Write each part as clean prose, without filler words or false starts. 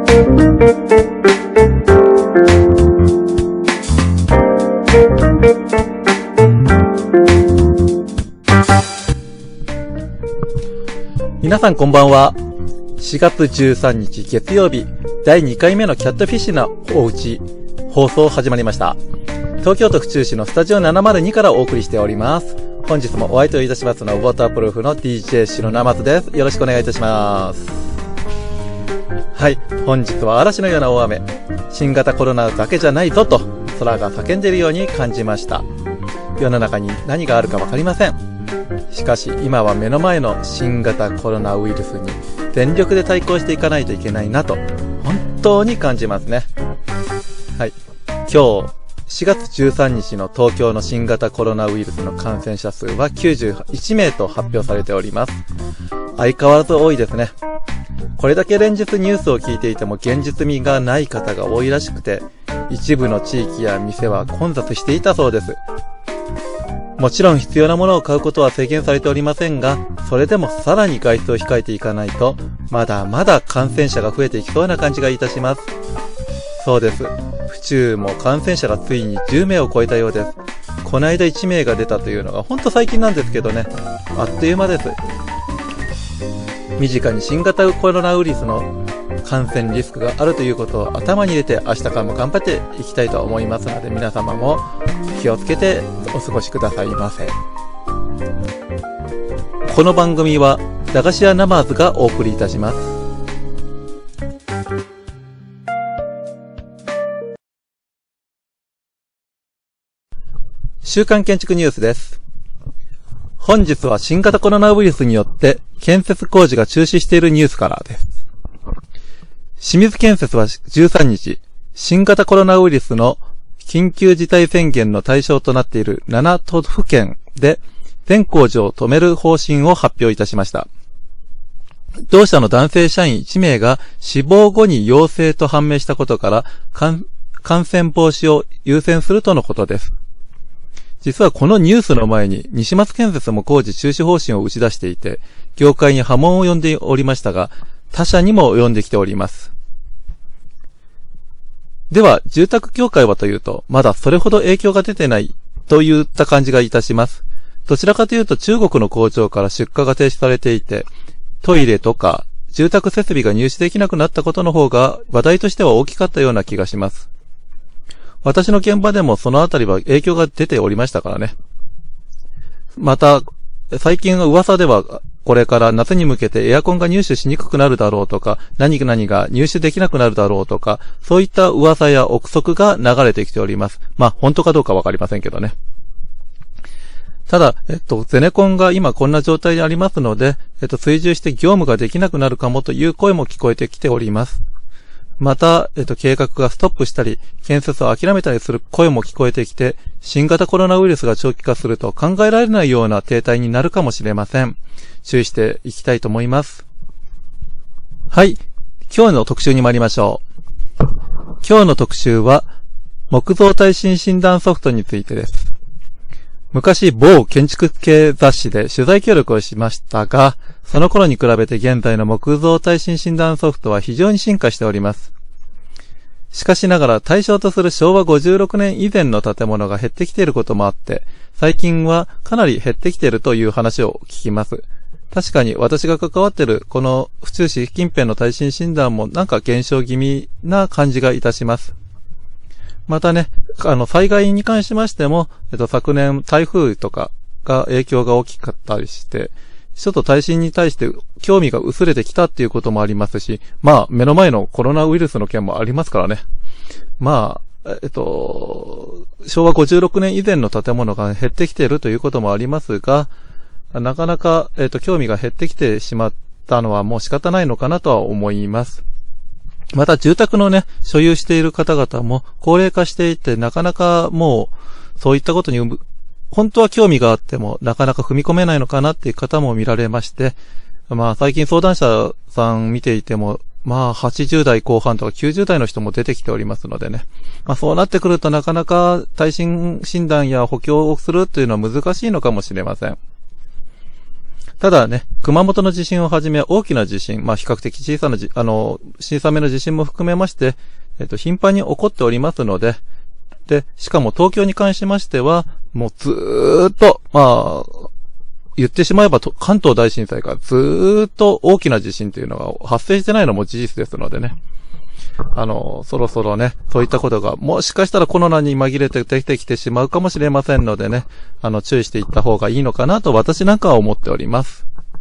皆さんこんばんは。4月13日月曜日、第2回目のキャットフィッシュなおうち放送始まりました。東京都府中市のスタジオ702からお送りしております。本日もお相手をいたしますのはウォータープルーフの DJ 篠生松です。よろしくお願いいたします。はい、本日は嵐のような大雨、新型コロナだけじゃないぞと空が叫んでいるように感じました。世の中に何があるかわかりません。しかし今は目の前の新型コロナウイルスに全力で対抗していかないといけないなと本当に感じますね。はい、今日4月13日の東京の新型コロナウイルスの感染者数は91名と発表されております。相変わらず多いですね。これだけ連日ニュースを聞いていても現実味がない方が多いらしくて、一部の地域や店は混雑していたそうです。もちろん必要なものを買うことは制限されておりませんが、それでもさらに外出を控えていかないと、まだまだ感染者が増えていきそうな感じがいたします。そうです。府中も感染者がついに10名を超えたようです。この間1名が出たというのがほんと最近なんですけどね、あっという間です。身近に新型コロナウイルスの感染リスクがあるということを頭に入れて明日からも頑張っていきたいと思いますので、皆様も気をつけてお過ごしくださいませ。この番組は駄菓子屋ナマーズがお送りいたします。週刊建築ニュースです。本日は新型コロナウイルスによって建設工事が中止しているニュースからです。清水建設は13日、新型コロナウイルスの緊急事態宣言の対象となっている7都府県で全工事を止める方針を発表いたしました。同社の男性社員1名が死亡後に陽性と判明したことから感染防止を優先するとのことです。実はこのニュースの前に西松建設も工事中止方針を打ち出していて、業界に波紋を呼んでおりましたが、他社にも及んできております。では、住宅業界はというと、まだそれほど影響が出てないといった感じがいたします。どちらかというと中国の工場から出荷が停止されていて、トイレとか住宅設備が入手できなくなったことの方が話題としては大きかったような気がします。私の現場でもそのあたりは影響が出ておりましたからね。また、最近の噂では、これから夏に向けてエアコンが入手しにくくなるだろうとか、何々が入手できなくなるだろうとか、そういった噂や憶測が流れてきております。まあ、本当かどうかわかりませんけどね。ただ、ゼネコンが今こんな状態にありますので、追従して業務ができなくなるかもという声も聞こえてきております。また、計画がストップしたり、建設を諦めたりする声も聞こえてきて、新型コロナウイルスが長期化すると考えられないような停滞になるかもしれません。注意していきたいと思います。はい。今日の特集に参りましょう。今日の特集は、木造耐震診断ソフトについてです。昔、某建築系雑誌で取材協力をしましたが、その頃に比べて現在の木造耐震診断ソフトは非常に進化しております。しかしながら対象とする昭和56年以前の建物が減ってきていることもあって、最近はかなり減ってきているという話を聞きます。確かに私が関わっているこの府中市近辺の耐震診断もなんか減少気味な感じがいたします。またね、災害に関しましても、昨年台風とかが影響が大きかったりして、ちょっと耐震に対して興味が薄れてきたっていうこともありますし、まあ、目の前のコロナウイルスの件もありますからね。まあ、昭和56年以前の建物が減ってきているということもありますが、なかなか、興味が減ってきてしまったのはもう仕方ないのかなとは思います。また住宅のね、所有している方々も高齢化していて、なかなかもう、そういったことに本当は興味があっても、なかなか踏み込めないのかなっていう方も見られまして、まあ最近相談者さん見ていても、まあ80代後半とか90代の人も出てきておりますのでね。まあそうなってくるとなかなか耐震診断や補強をするというのは難しいのかもしれません。 ただね、熊本の地震をはじめ大きな地震、比較的小さな小さめの地震も含めまして、頻繁に起こっておりますので、で、しかも東京に関しましては、もうずーっと、言ってしまえば関東大震災からずーっと大きな地震というのが発生してないのも事実ですのでね。そろそろね、そういったことが、もしかしたらコロナに紛れて出てきてしまうかもしれませんのでね、注意していった方がいいのかなと私なんかは思っております。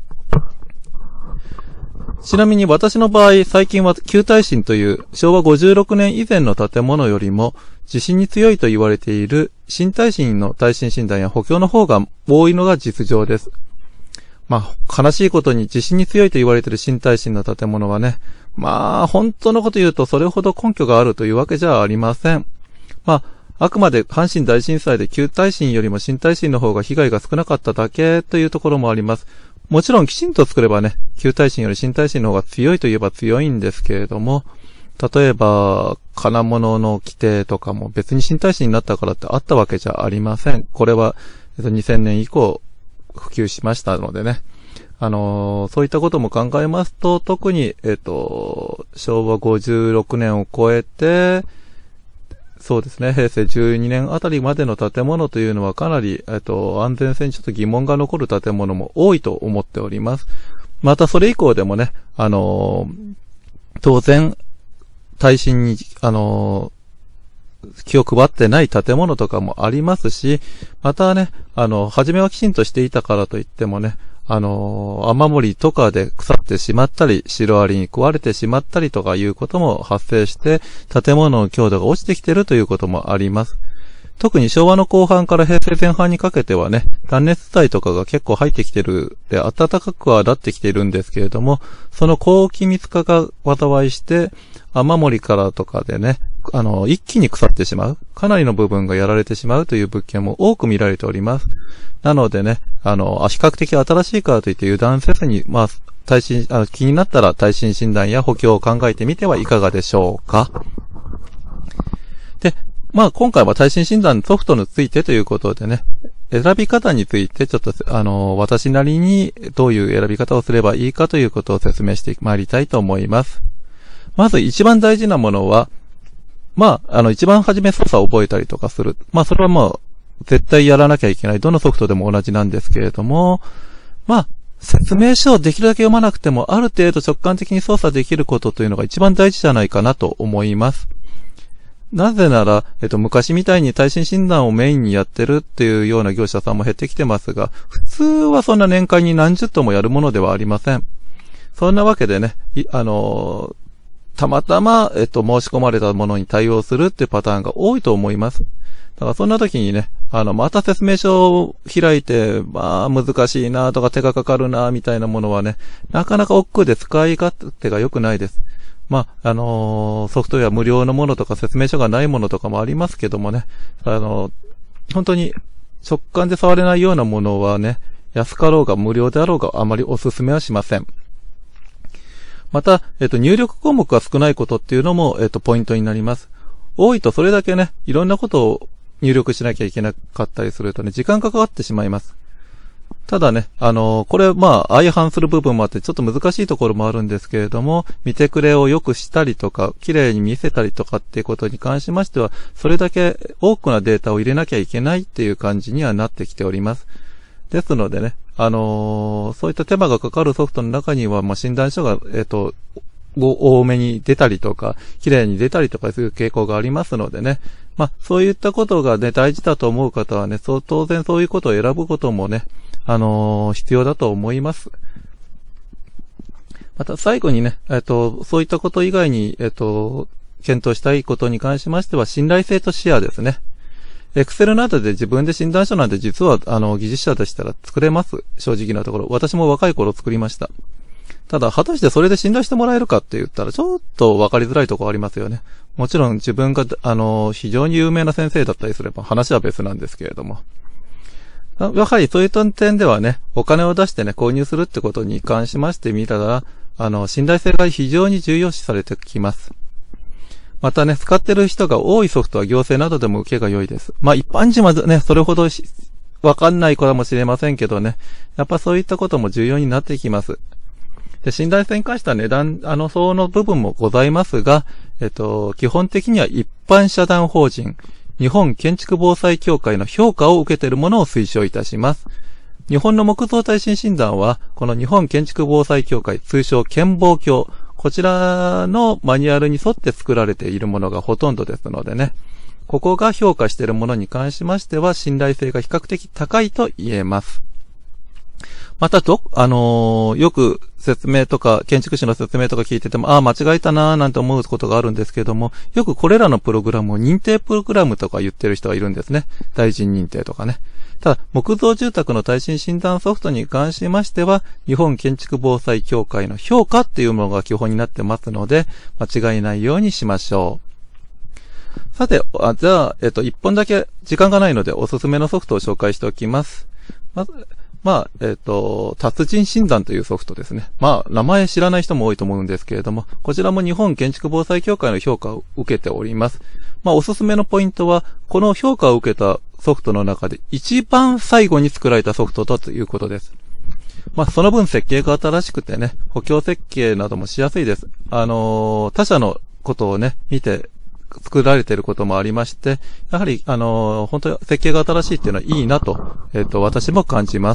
ちなみに私の場合、最近は旧耐震という昭和56年以前の建物よりも地震に強いと言われている新耐震の耐震診断や補強の方が多いのが実情です。悲しいことに地震に強いと言われている新耐震の建物はね、本当のこと言うとそれほど根拠があるというわけじゃありません。あくまで阪神大震災で旧耐震よりも新耐震の方が被害が少なかっただけというところもあります。もちろんきちんと作ればね、旧耐震より新耐震の方が強いといえば強いんですけれども、例えば、金物の規定とかも別に新耐震になったからってあったわけじゃありません。これは、2000年以降普及しましたのでね。そういったことも考えますと、特に、昭和56年を超えて、そうですね、平成12年あたりまでの建物というのはかなり、安全性にちょっと疑問が残る建物も多いと思っております。またそれ以降でもね、当然、耐震に、気を配ってない建物とかもありますし、またね、初めはきちんとしていたからといってもね、雨漏りとかで腐ってしまったり、シロアリに食われてしまったりとかいうことも発生して、建物の強度が落ちてきているということもあります。特に昭和の後半から平成前半にかけてはね、断熱材とかが結構入ってきてるで、暖かくはなってきているんですけれども、その高気密化が災いして、雨漏りからとかでね、一気に腐ってしまう、かなりの部分がやられてしまうという物件も多く見られております。なのでね、比較的新しいからといって油断せずに、気になったら耐震診断や補強を考えてみてはいかがでしょうか。で、今回は耐震診断ソフトについてということでね、選び方についてちょっと、私なりにどういう選び方をすればいいかということを説明してまいりたいと思います。まず一番大事なものは、一番初め操作を覚えたりとかする。それは絶対やらなきゃいけない。どのソフトでも同じなんですけれども、説明書をできるだけ読まなくても、ある程度直感的に操作できることというのが一番大事じゃないかなと思います。なぜなら、昔みたいに耐震診断をメインにやってるっていうような業者さんも減ってきてますが、普通はそんな年間に何十頭もやるものではありません。そんなわけでね、たまたま、申し込まれたものに対応するっていうパターンが多いと思います。だからそんな時にね、また説明書を開いて、難しいなとか手がかかるなみたいなものはね、なかなか億劫で使い勝手が良くないです。ソフトウェア無料のものとか説明書がないものとかもありますけどもね、本当に直感で触れないようなものはね、安かろうが無料であろうがあまりお勧めはしません。また、入力項目が少ないことっていうのも、ポイントになります。多いとそれだけね、いろんなことを入力しなきゃいけなかったりするとね、時間がかかってしまいます。ただね、これ相反する部分もあってちょっと難しいところもあるんですけれども、見てくれを良くしたりとか、綺麗に見せたりとかっていうことに関しましては、それだけ多くのデータを入れなきゃいけないっていう感じにはなってきております。ですのでね、そういった手間がかかるソフトの中には、診断書が、多めに出たりとか、綺麗に出たりとかする傾向がありますのでね、そういったことがね、大事だと思う方はね、当然そういうことを選ぶこともね、必要だと思います。また最後にね、そういったこと以外に、検討したいことに関しましては、信頼性と視野ですね。Excel などで自分で診断書なんて実は、技術者でしたら作れます。正直なところ。私も若い頃作りました。ただ、果たしてそれで信頼してもらえるかって言ったら、ちょっと分かりづらいところありますよね。もちろん自分が、非常に有名な先生だったりすれば話は別なんですけれども。やはりそういった点ではね、お金を出してね、購入するってことに関しましてみたら、信頼性が非常に重要視されてきます。またね、使ってる人が多いソフトは行政などでも受けが良いです。一般人はね、それほどわかんないかもしれませんけどね。やっぱそういったことも重要になってきます。で、信頼性に関しては値段、相応の部分もございますが、基本的には一般社団法人、日本建築防災協会の評価を受けているものを推奨いたします。日本の木造耐震診断は、この日本建築防災協会、通称建防協、こちらのマニュアルに沿って作られているものがほとんどですのでね、ここが評価しているものに関しましては、信頼性が比較的高いと言えます。またよく説明とか、建築士の説明とか聞いてても、間違えたなーなんて思うことがあるんですけども、よくこれらのプログラムを認定プログラムとか言ってる人がいるんですね。耐震認定とかね。ただ、木造住宅の耐震診断ソフトに関しましては、日本建築防災協会の評価っていうものが基本になってますので、間違えないようにしましょう。さて、じゃあ、一本だけ時間がないのでおすすめのソフトを紹介しておきます。達人診断というソフトですね。名前知らない人も多いと思うんですけれども、こちらも日本建築防災協会の評価を受けております。おすすめのポイントは、この評価を受けたソフトの中で一番最後に作られたソフトだということです。その分設計が新しくてね、補強設計などもしやすいです。他社のことをね、見て、作られていることもありまして、やはり、本当に設計が新しいっていうのはいいなと、私も感じます。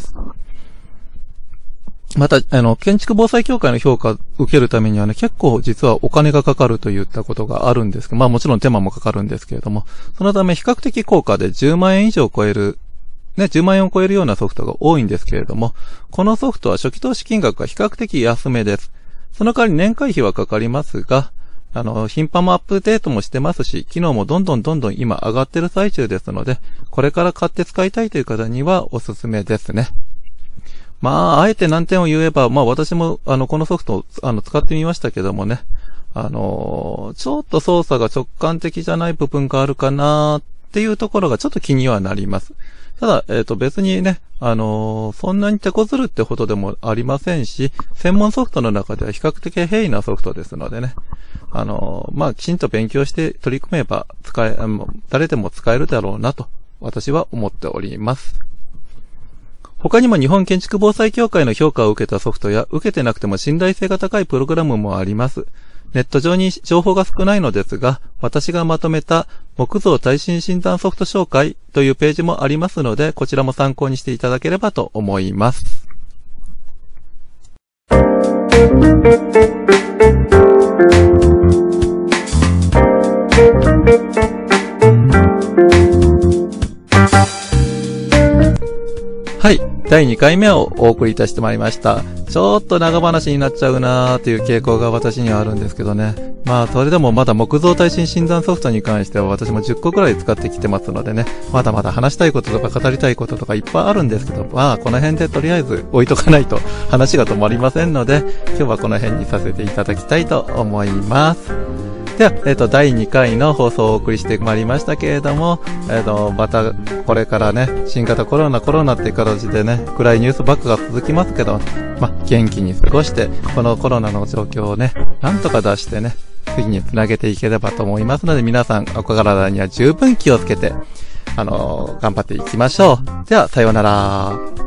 また、建築防災協会の評価を受けるためにはね、結構実はお金がかかるといったことがあるんですけど、もちろん手間もかかるんですけれども、そのため比較的高価で10万円以上超える、10万円を超えるようなソフトが多いんですけれども、このソフトは初期投資金額が比較的安めです。その代わり年会費はかかりますが、頻繁もアップデートもしてますし、機能もどんどん今上がってる最中ですので、これから買って使いたいという方にはおすすめですね。あえて難点を言えば、私も、このソフトを、使ってみましたけどもね、ちょっと操作が直感的じゃない部分があるかなっていうところがちょっと気にはなります。ただ、別にね、そんなに手こずるってほどでもありませんし、専門ソフトの中では比較的平易なソフトですのでね、きちんと勉強して取り組めば誰でも使えるだろうなと、私は思っております。他にも日本建築防災協会の評価を受けたソフトや、受けてなくても信頼性が高いプログラムもあります。ネット上に情報が少ないのですが、私がまとめた木造耐震診断ソフト紹介というページもありますので、こちらも参考にしていただければと思います。はい。第2回目をお送りいたしてまいりました。ちょっと長話になっちゃうなーっていう傾向が私にはあるんですけどね。それでもまだ木造耐震診断ソフトに関しては私も10個くらい使ってきてますのでね、まだまだ話したいこととか語りたいこととかいっぱいあるんですけど、この辺でとりあえず置いとかないと話が止まりませんので、今日はこの辺にさせていただきたいと思います。では、第2回の放送をお送りしてまいりましたけれども、また、これからね、新型コロナっていう形でね、暗いニュースばっかが続きますけど、元気に過ごして、このコロナの状況をね、なんとか出してね、次につなげていければと思いますので、皆さん、お体には十分気をつけて、頑張っていきましょう。では、さようなら。